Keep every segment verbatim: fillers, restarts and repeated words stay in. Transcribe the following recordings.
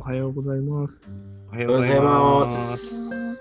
はようございます。 おはようございます。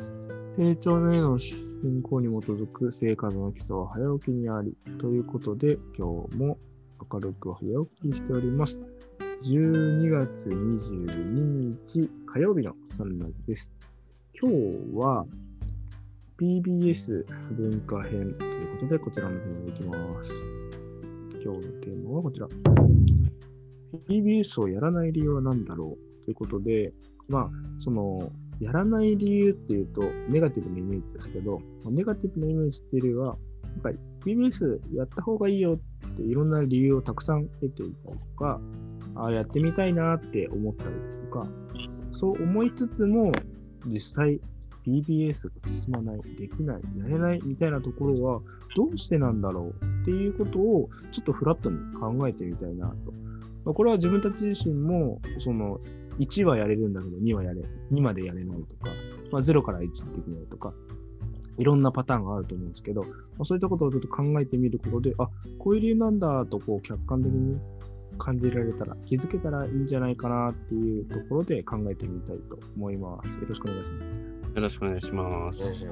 成長のへの信仰に基づく生活の基礎は早起きにありということで、今日も明るく早起きしております。じゅうにがつにじゅうににち火曜日のサンラジです。今日は ピービーエス 文化編ということで、こちらのテーマでいきます。今日のテーマはこちら。ピービーエス をやらない理由は何だろうということで、まあ、その、やらない理由っていうと、ネガティブなイメージですけど、ネガティブなイメージっていうよりは、やっぱり ピービーエス やった方がいいよっていろんな理由をたくさん得ていたりとか、あやってみたいなって思ったりとか、そう思いつつも、実際 ピービーエス が進まない、できない、やれないみたいなところは、どうしてなんだろうっていうことを、ちょっとフラットに考えてみたいなと。まあ、これは自分たち自身も、その、いちはやれるんだけどにはやれ、にまでやれないとか、まあ、ゼロからいちできないとか、いろんなパターンがあると思うんですけど、まあ、そういったことをちょっと考えてみることで、あ、こういう理由なんだとこう客観的に感じられたら、気づけたらいいんじゃないかなっていうところで考えてみたいと思います。よろしくお願いします。 よろしくお願いします。 お願いします。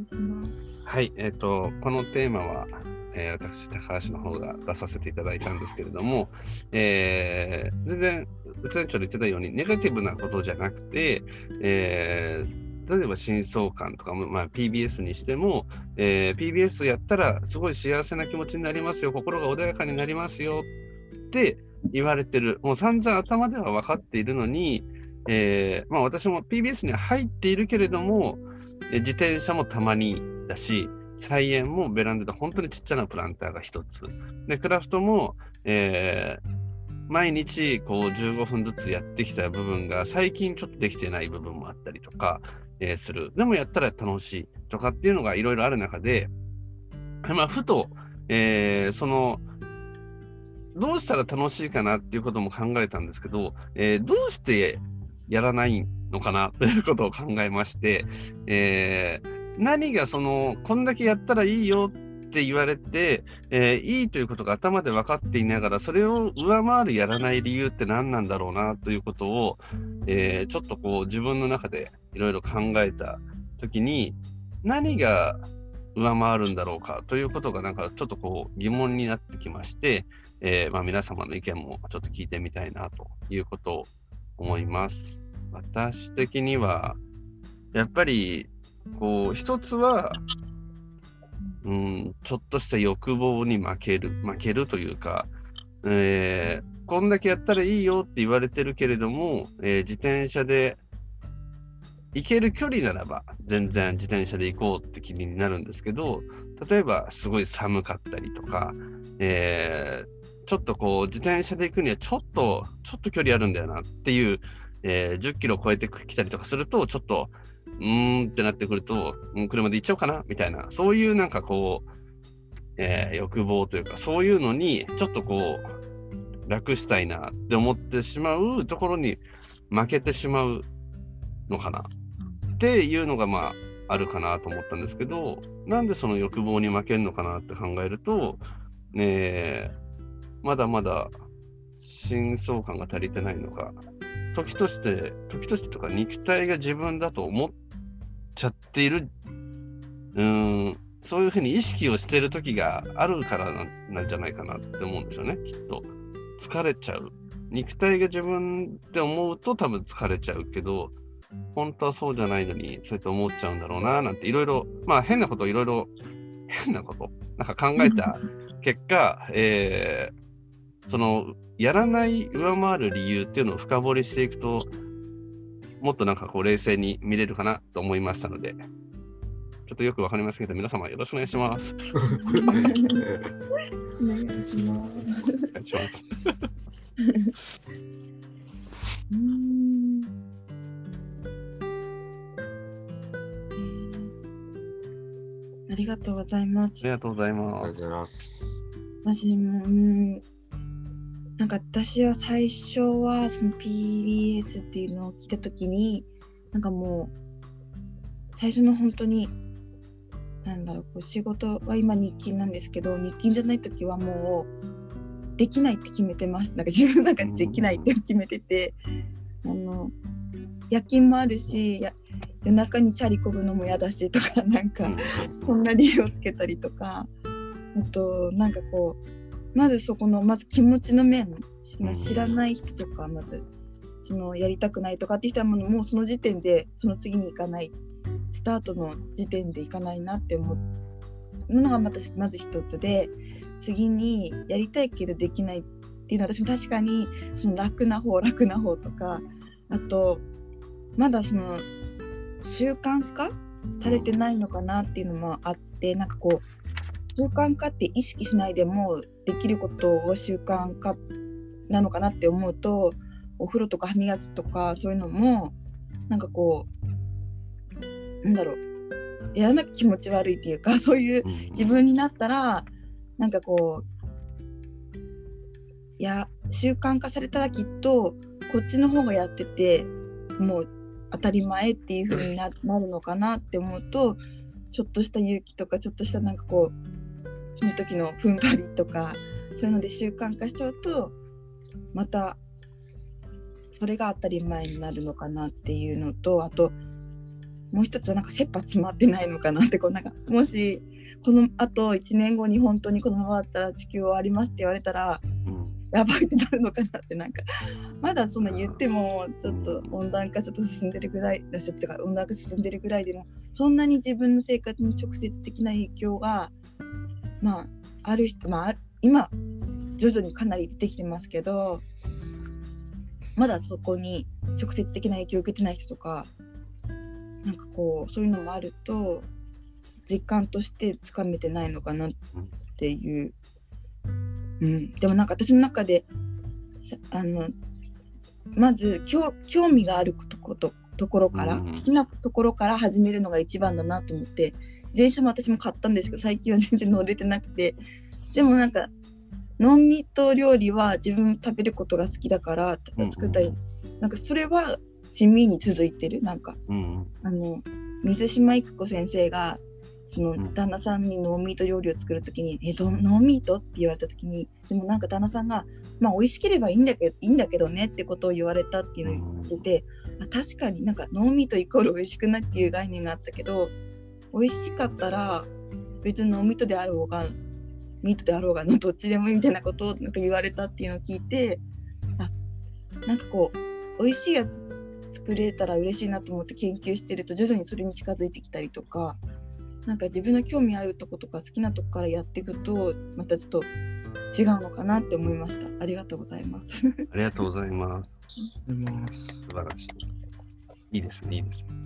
はい、えっと、このテーマは、えー、私、高橋の方が出させていただいたんですけれども、えー、全然、うちの長で言ってたように、ネガティブなことじゃなくて、えー、例えば深層感とかも、まあ、ピービーエス にしても、えー、ピービーエス やったらすごい幸せな気持ちになりますよ、心が穏やかになりますよって言われてる。もう散々頭では分かっているのに、えーまあ、私も ピービーエス に入っているけれども、自転車もたまにだし、菜園もベランダで本当にちっちゃなプランターが一つ。で、クラフトも、えー、毎日こうじゅうごふんずつやってきた部分が最近ちょっとできてない部分もあったりとか、えー、する。でもやったら楽しいとかっていうのがいろいろある中で、まあ、ふと、えー、その、どうしたら楽しいかなっていうことも考えたんですけど、えー、どうしてやらないのかなということを考えまして、えー何がそのこんだけやったらいいよって言われて、えー、いいということが頭で分かっていながら、それを上回るやらない理由って何なんだろうなということを、えー、ちょっとこう自分の中でいろいろ考えたときに、何が上回るんだろうかということがなんかちょっとこう疑問になってきまして、えーまあ、皆様の意見もちょっと聞いてみたいなということを思います。私的にはやっぱりこう一つは、うん、ちょっとした欲望に負ける負けるというか、えー、こんだけやったらいいよって言われてるけれども、えー、自転車で行ける距離ならば全然自転車で行こうって気になるんですけど、例えばすごい寒かったりとか、えー、ちょっとこう自転車で行くにはちょっとちょっと距離あるんだよなっていう、えー、じゅっキロ超えてきたりとかするとちょっとうーんってなってくると、うん、車で行っちゃおうかなみたいな、そういうなんかこう、えー、欲望というか、そういうのにちょっとこう楽したいなって思ってしまうところに負けてしまうのかなっていうのがまああるかなと思ったんですけど、なんでその欲望に負けるのかなって考えると、ね、まだまだ深層感が足りてないのか、時として時としてとか肉体が自分だと思っちゃっている、うーん、そういうふうに意識をしている時があるからな、なんじゃないかなって思うんですよね。きっと疲れちゃう、肉体が自分って思うと多分疲れちゃうけど、本当はそうじゃないのにそうやって思っちゃうんだろうななんていろいろ、まあ変なこといろいろ変なことなんか考えた結果、えー、そのやらない上回る理由っていうのを深掘りしていくと、もっとなんかこう冷静に見れるかなと思いましたので、ちょっとよくわかりませんけど、皆様よろしくお願いします。 お願いします。 お願いします。 うーん、ありがとうございます。 ありがとうございありがとうまございます。 私も、うん、なんか私は最初はその ピービーエス っていうのを聞いたときに、なんかもう最初の本当になんだろう、こう仕事は今日勤なんですけど、日勤じゃないときはもうできないって決めてます。なんか自分の中でできないって決めてて、あの夜勤もあるし、や夜中にチャリこぐのも嫌だしとか、なんかこんな理由をつけたりとか、あとなんかこうまずそこのまず気持ちの面、まあ、知らない人とかまずそのやりたくないとかって人はもうその時点でその次に行かない、スタートの時点で行かないなって思うのがまたまず一つで、次にやりたいけどできないっていうのは私も確かにその楽な方楽な方とか、あとまだその習慣化されてないのかなっていうのもあって、なんかこう習慣化って意識しないでもできることを習慣化なのかなって思うと、お風呂とか歯磨きとかそういうのもなんかこうなんだろう、やらなきゃ気持ち悪いっていうか、そういう自分になったらなんかこういや習慣化されたらきっとこっちの方がやっててもう当たり前っていう風に な, なるのかなって思うと、ちょっとした勇気とかちょっとしたなんかこうその時の踏ん張りとかそういうので習慣化しちゃうとまたそれが当たり前になるのかなっていうのと、あともう一つはなんか切羽詰まってないのかなって、こうなんかもしこのあといちねんごに本当にこのままだったら地球終わりますって言われたら、うん、やばいってなるのかなって、なんかまだその言ってもちょっと温暖化ちょっと進んでるぐらいだしってか温暖化進んでるぐらいでもそんなに自分の生活に直接的な影響がまあある人、まあ今徐々にかなり出てきてますけど、まだそこに直接的な影響を受けてない人とかなんかこうそういうのもあると実感としてつかめてないのかなっていう、うん、でもなんか私の中であのまず興味があることこと、ところから、うん、好きなところから始めるのが一番だなと思って、自転車も私も買ったんですけど最近は全然乗れてなくて、でもなんかノンミート料理は自分食べることが好きだから作ったり、うんうん、なんかそれは地味に続いてる。なんか、うんうん、あの水島育子先生がその旦那さんにノンミート料理を作るときに、うん、えどノンミートって言われたときに、でもなんか旦那さんがまあ美味しければいいんだけどいいんだけどねってことを言われたっていうのを言ってて、うん、確かになんかノンミートイコール美味しくないっていう概念があったけど、美味しかったら別にノンミートであろうがミートであろうがのどっちでもいいみたいなことをなんか言われたっていうのを聞いて、あなんかこう美味しいやつ作れたら嬉しいなと思って研究してると徐々にそれに近づいてきたりとか、なんか自分の興味あるとことか好きなとこからやっていくとまたちょっと違うのかなって思いました。ありがとうございますありがとうございます。 素晴らしい。いいですね、いいですね。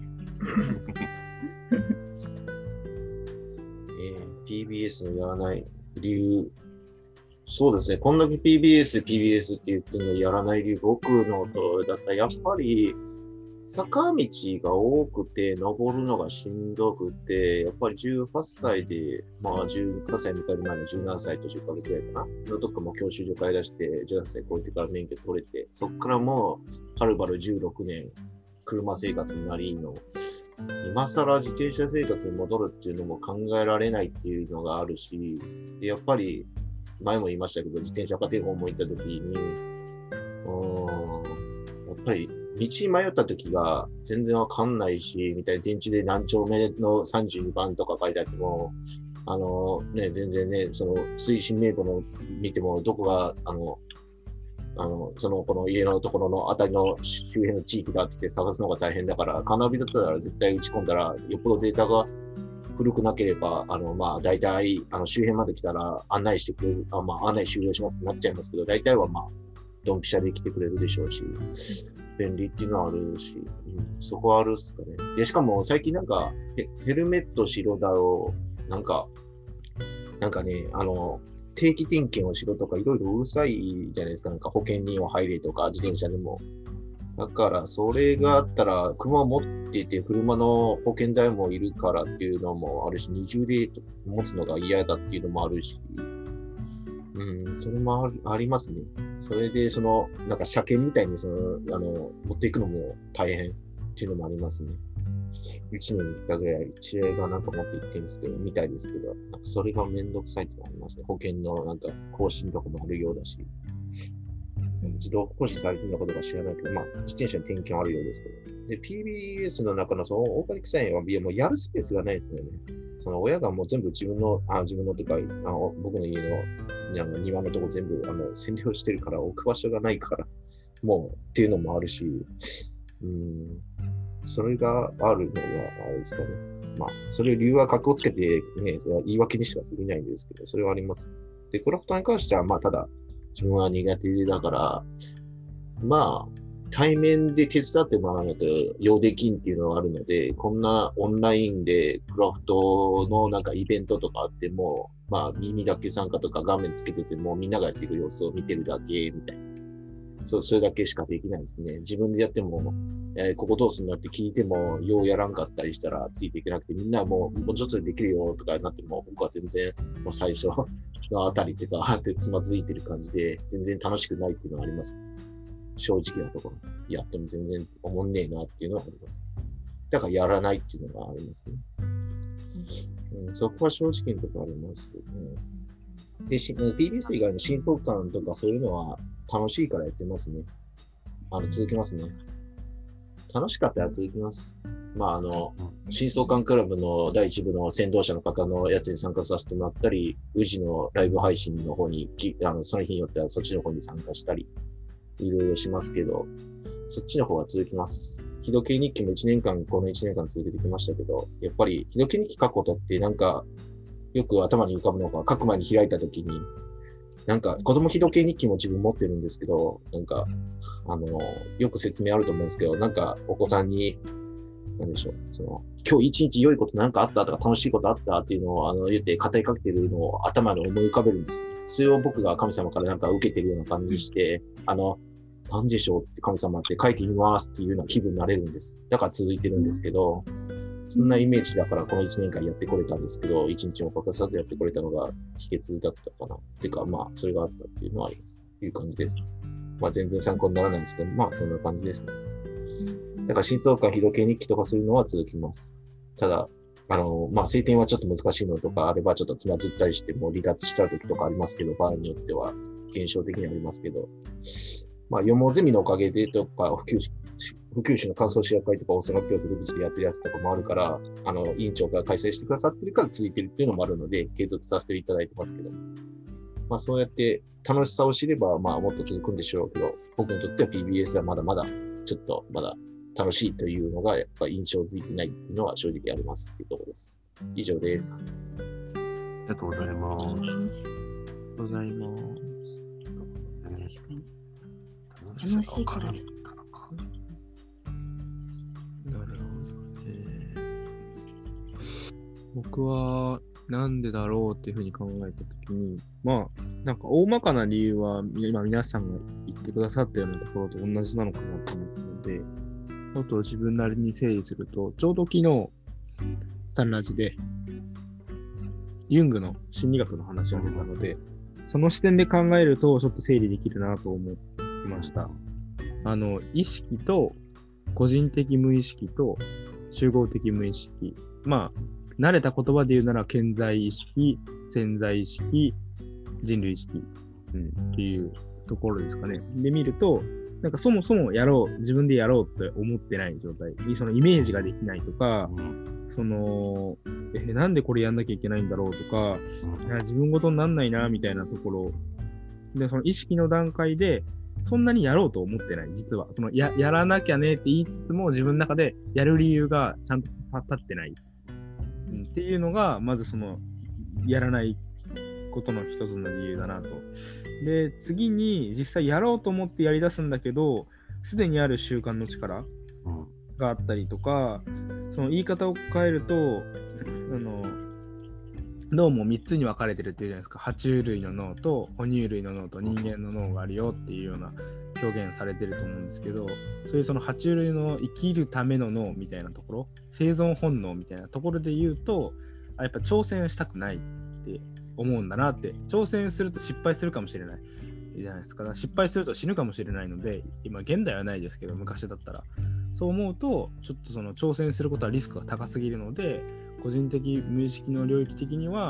えー、ピービーエス のやらない理由、そうですね、こんだけ ピービーエス、ピービーエス って言ってるのやらない理由、僕のとだったらやっぱり坂道が多くて登るのがしんどくて、やっぱりじゅうはっさいで、まあじゅうはっさい迎える前のじゅうななさいとじゅっかげつぐらいかなのとこも教習所買い出してじゅうはっさい超えてから免許取れて、そっからもうはるばるじゅうろくねん車生活になりの、今更自転車生活に戻るっていうのも考えられないっていうのがあるし、やっぱり前も言いましたけど、自転車家庭訪問行った時に、うーん、やっぱり道迷った時が全然わかんないし、みたいな電池で何丁目のさんじゅうにばんとか書いてあっても、あのね、全然ね、その推進名簿の見てもどこが、あの、あの、その、この家のところのあたりの周辺の地域だってって探すのが大変だから、カーナビだったら絶対打ち込んだら、よっぽどデータが古くなければ、あの、まあ、大体、あの、周辺まで来たら案内してくれる、あまあ、案内終了しますってなっちゃいますけど、大体はまあ、ドンピシャで来てくれるでしょうし、便利っていうのはあるし、うん、そこはあるっすかね。で、しかも最近なんか、ヘ, ヘルメットしろだろう、なんか、なんかね、あの、定期点検をしろとかいろいろうるさいじゃないですか。なんか保険には入れとか自転車でも。だからそれがあったら車を持ってて車の保険代もいるからっていうのもあるし、二重で持つのが嫌だっていうのもあるし、うん、それも あ, るありますね。それでそのなんか車検みたいにそのあの持っていくのも大変っていうのもありますね。一年に一回ぐらい知り合いがなんか持って行ってるんですけど、みたいですけど、なんかそれがめんどくさいってのありますね。保険のなんか更新とかもあるようだし。 自動更新されてるのかどうか知らないけど、まあ、自転車に点検あるようですけど。で、ピービーエス の中のそのオーガニックサインは、もうやるスペースがないですよね。その親がもう全部自分の、あ自分のとか、あの僕の家のあの庭のとこ全部あの占領してるから置く場所がないから、もうっていうのもあるし、うん、それがあるのはあれですかね。まあ、それ理由は格好つけて、ね、言い訳にしか過ぎないんですけど、それはあります。で、クラフトに関しては、まあ、ただ、自分は苦手だから、まあ、対面で手伝ってもらわないと用できんっていうのはあるので、こんなオンラインでクラフトのなんかイベントとかあっても、まあ、耳だけ参加とか画面つけてても、みんながやってる様子を見てるだけみたいな。そ, それだけしかできないですね。自分でやっても、えー、ここどうするのって聞いても、ようやらんかったりしたらついていけなくて、みんなはもう、もうちょっとでできるよとかになっても、僕は全然、もう最初のあたりっていうか、ってつまずいてる感じで、全然楽しくないっていうのがあります。正直なところ。やっても全然思んねえなっていうのはあります。だからやらないっていうのがありますね。うん、そこは正直なところありますけどね。で、ピービーエス 以外の新相関とかそういうのは楽しいからやってますね。あの、続けますね。楽しかったら続きます。まあ、あの、新相関クラブの第一部の先導者の方のやつに参加させてもらったり、宇治のライブ配信の方に、あのその日によってはそっちの方に参加したり、いろいろしますけど、そっちの方が続きます。日時計日記もいちねんかん、このいちねんかん続けてきましたけど、やっぱり日時計日記書くことってなんか、よく頭に浮かぶのが、書く前に開いたときに、なんか子供日時計日記も自分持ってるんですけど、なんか、あの、よく説明あると思うんですけど、なんかお子さんに、なんでしょう、その、今日一日良いことなんかあったとか楽しいことあったっていうのをあの言って語りかけてるのを頭に思い浮かべるんですね。それを僕が神様からなんか受けてるような感じして、あの、なんでしょうって神様って書いてみますっていうような気分になれるんです。だから続いてるんですけど、そんなイメージだからこのいちねんかんやってこれたんですけど、いちにちも欠かさずやってこれたのが秘訣だったかな。っていうか、まあ、それがあったっていうのはあります。という感じです。まあ、全然参考にならないんですけど、まあ、そんな感じですね。だから、新相関日時計日記とかするのは続きます。ただ、あの、まあ、晴天はちょっと難しいのとかあれば、ちょっとつまずったりして、もう離脱しちゃう時とかありますけど、場合によっては、現象的にありますけど、まあ、読もうゼミのおかげでとか、普及し普及士の感想試学会とか大阪京都独自でやってるやつとかもあるから、あの、委員長が開催してくださってるから続いてるっていうのもあるので、継続させていただいてますけど。まあそうやって楽しさを知れば、まあもっと続くんでしょうけど、僕にとっては ピービーエス はまだまだ、ちょっとまだ楽しいというのが、やっぱ印象づいてないっていうのは正直ありますっていうところです。以上です。 ありがとうございます。ありがとうございます。 確かに。楽しいから。 僕はなんでだろうっていうふうに考えたときに、まあ、なんか大まかな理由は今皆さんが言ってくださったようなところと同じなのかなと思ったので、ちょっと自分なりに整理すると、ちょうど昨日、サンラジで、ユングの心理学の話が出たので、その視点で考えるとちょっと整理できるなと思いました。あの、意識と個人的無意識と集合的無意識。まあ、慣れた言葉で言うなら、顕在意識、潜在意識、人類意識、うん、っていうところですかね。で見ると、なんかそもそもやろう、自分でやろうって思ってない状態。そのイメージができないとか、うん、その、え、なんでこれやんなきゃいけないんだろうとか、うん、自分ごとになんないな、みたいなところ。で、その意識の段階で、そんなにやろうと思ってない、実は。そのや、やらなきゃねって言いつつも、自分の中でやる理由がちゃんと立ってない。っていうのがまずそのやらないことの一つの理由だなと。で次に実際やろうと思ってやり出すんだけど、すでにある習慣の力があったりとか、その言い方を変えると、あの脳もみっつに分かれてるっていうじゃないですか。爬虫類の脳と哺乳類の脳と人間の脳があるよっていうような表現されてると思うんですけど、そういうその爬虫類の生きるための脳みたいなところ、生存本能みたいなところで言うと、やっぱ挑戦したくないって思うんだなって。挑戦すると失敗するかもしれないじゃないですか。失敗すると死ぬかもしれないので、今現代はないですけど、昔だったらそう思うと、ちょっとその挑戦することはリスクが高すぎるので、個人的無意識の領域的には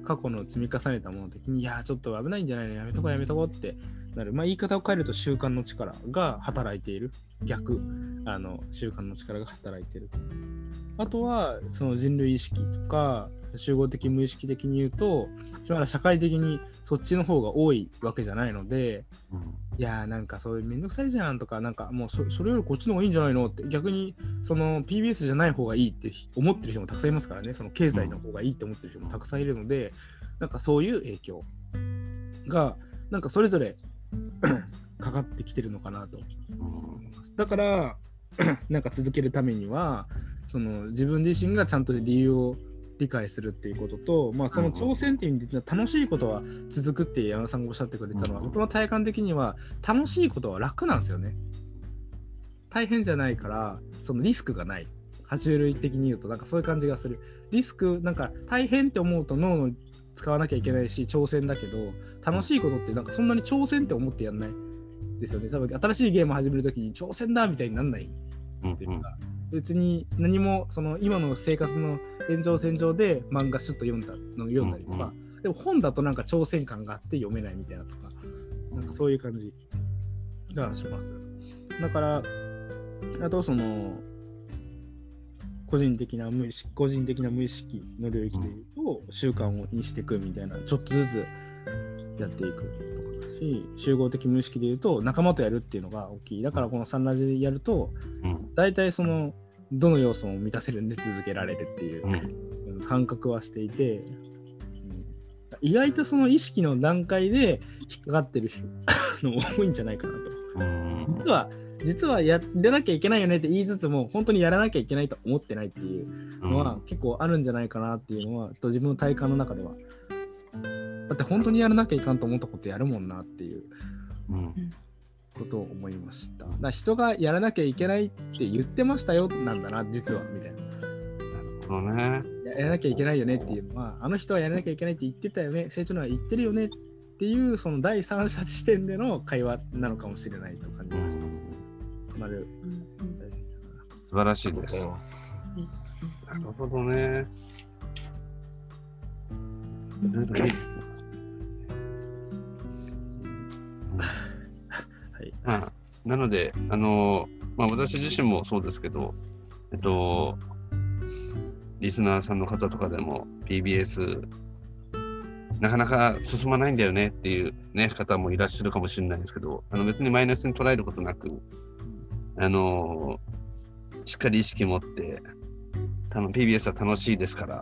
過去の積み重ねたもの的にいやちょっと危ないんじゃないのやめとこうやめとこうってなる。まあ言い方を変えると習慣の力が働いている。逆あの習慣の力が働いている。あとはその人類意識とか集合的無意識的に言うとまだ社会的にそっちの方が多いわけじゃないので、うん、いやーなんかそういうめんどくさいじゃんとかなんかもう そ, それよりこっちの方がいいんじゃないのって逆にその ピービーエス じゃない方がいいって思ってる人もたくさんいますからね。その経済の方がいいって思ってる人もたくさんいるので、なんかそういう影響がなんかそれぞれかかってきてるのかなと思います。だからなんか続けるためにはその自分自身がちゃんと理由を理解するっていうことと、まあ、その挑戦っていう意味で楽しいことは続くって矢野さんがおっしゃってくれたのは、僕の体感的には楽しいことは楽なんですよね。大変じゃないからそのリスクがない。爬虫類的に言うとなんかそういう感じがする。リスクなんか大変って思うと脳の使わなきゃいけないし挑戦だけど、楽しいことってなんかそんなに挑戦って思ってやんないですよね。多分新しいゲームを始めるときに挑戦だみたいになんないっていうか、別に何もその今の生活の延長線上で漫画シュッと読んだの読んだりとか、うんうん、でも本だとなんか挑戦感があって読めないみたいなとか、なんかそういう感じがします。だからあとその個人的な無意識個人的な無意識の領域でいうと習慣をにしていくみたいな、ちょっとずつやっていくとかだし、集合的無意識でいうと仲間とやるっていうのが大きい。だからこのサンラジでやると大体そのどの要素も満たせるんで続けられるっていう感覚はしていて、意外とその意識の段階で引っかかってるのも多いんじゃないかなと。実は実はやらなきゃいけないよねって言いつつも本当にやらなきゃいけないと思ってないっていうのは結構あるんじゃないかなっていうのはちょっと自分の体感の中では、だって本当にやらなきゃいかんと思ったことやるもんなっていうことを思いました。だから人がやらなきゃいけないって言ってましたよなんだな実はみたいな。 なるほどね。 やらなきゃいけないよねっていうのは、あの人はやらなきゃいけないって言ってたよね、成長のは言ってるよねっていうその第三者視点での会話なのかもしれないと感じました。うん、まる、うん、 素晴らしいです。なるほどね。はい、まあ、なので、あのまあ、私自身もそうですけど、えっと、リスナーさんの方とかでも ピービーエス なかなか進まないんだよねっていう、ね、方もいらっしゃるかもしれないんですけど、あの別にマイナスに捉えることなく、あのしっかり意識持って、あの ピービーエス は楽しいですから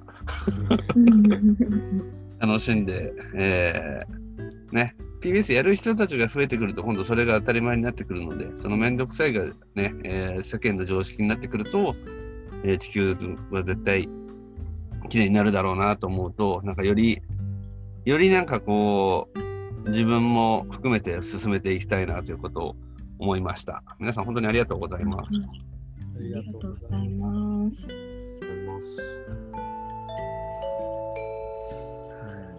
楽しんで、えー、ね、ピービーエス やる人たちが増えてくると今度それが当たり前になってくるので、そのめんどくさいがね、えー、世間の常識になってくると、えー、地球は絶対きれいになるだろうなと思うと、なんかよりよりなんかこう自分も含めて進めていきたいなということを思いました。皆さん本当にありがとうございます。 ありがとうございます。 はい、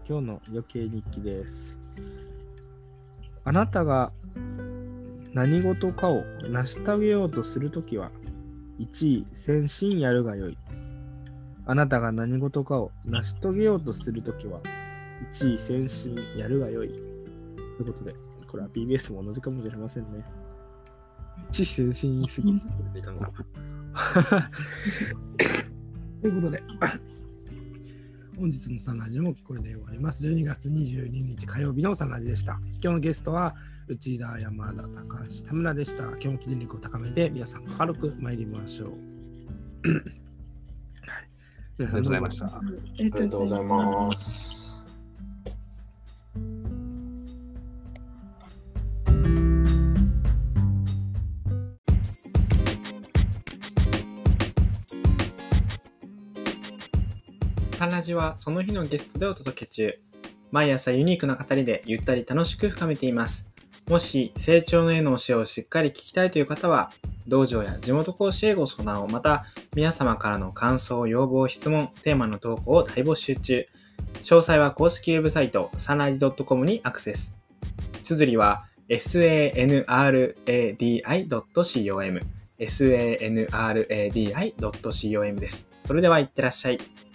今日の余計日記です。あなたが何事かを成し遂げようとするときは、いちい先進やるがよい。あなたが何事かを成し遂げようとするときは、いちい先進やるがよい。ということで、これは ピービーエス も同じかもしれませんね。いちい先進言い過ぎていかんか。ということで、本日のサンラジもこれで終わります。じゅうにがつにじゅうににち火曜日のサンラジでした。今日のゲストは内田、山田、高橋、田村でした。今日も記念力を高めて皆さん軽く参りましょう。 ありがとうございました。ありがとうございます。 サンラジはその日のゲストでお届け中。毎朝ユニークな語りでゆったり楽しく深めています。もし成長の絵の教えをしっかり聞きたいという方は、道場や地元講師へご相談を、また皆様からの感想、要望、質問、テーマの投稿を大募集中。詳細は公式ウェブサイトサンラジ ドットコム にアクセス。綴りは サンラディ ドット コム サンラディ ドット コム です。それではいってらっしゃい。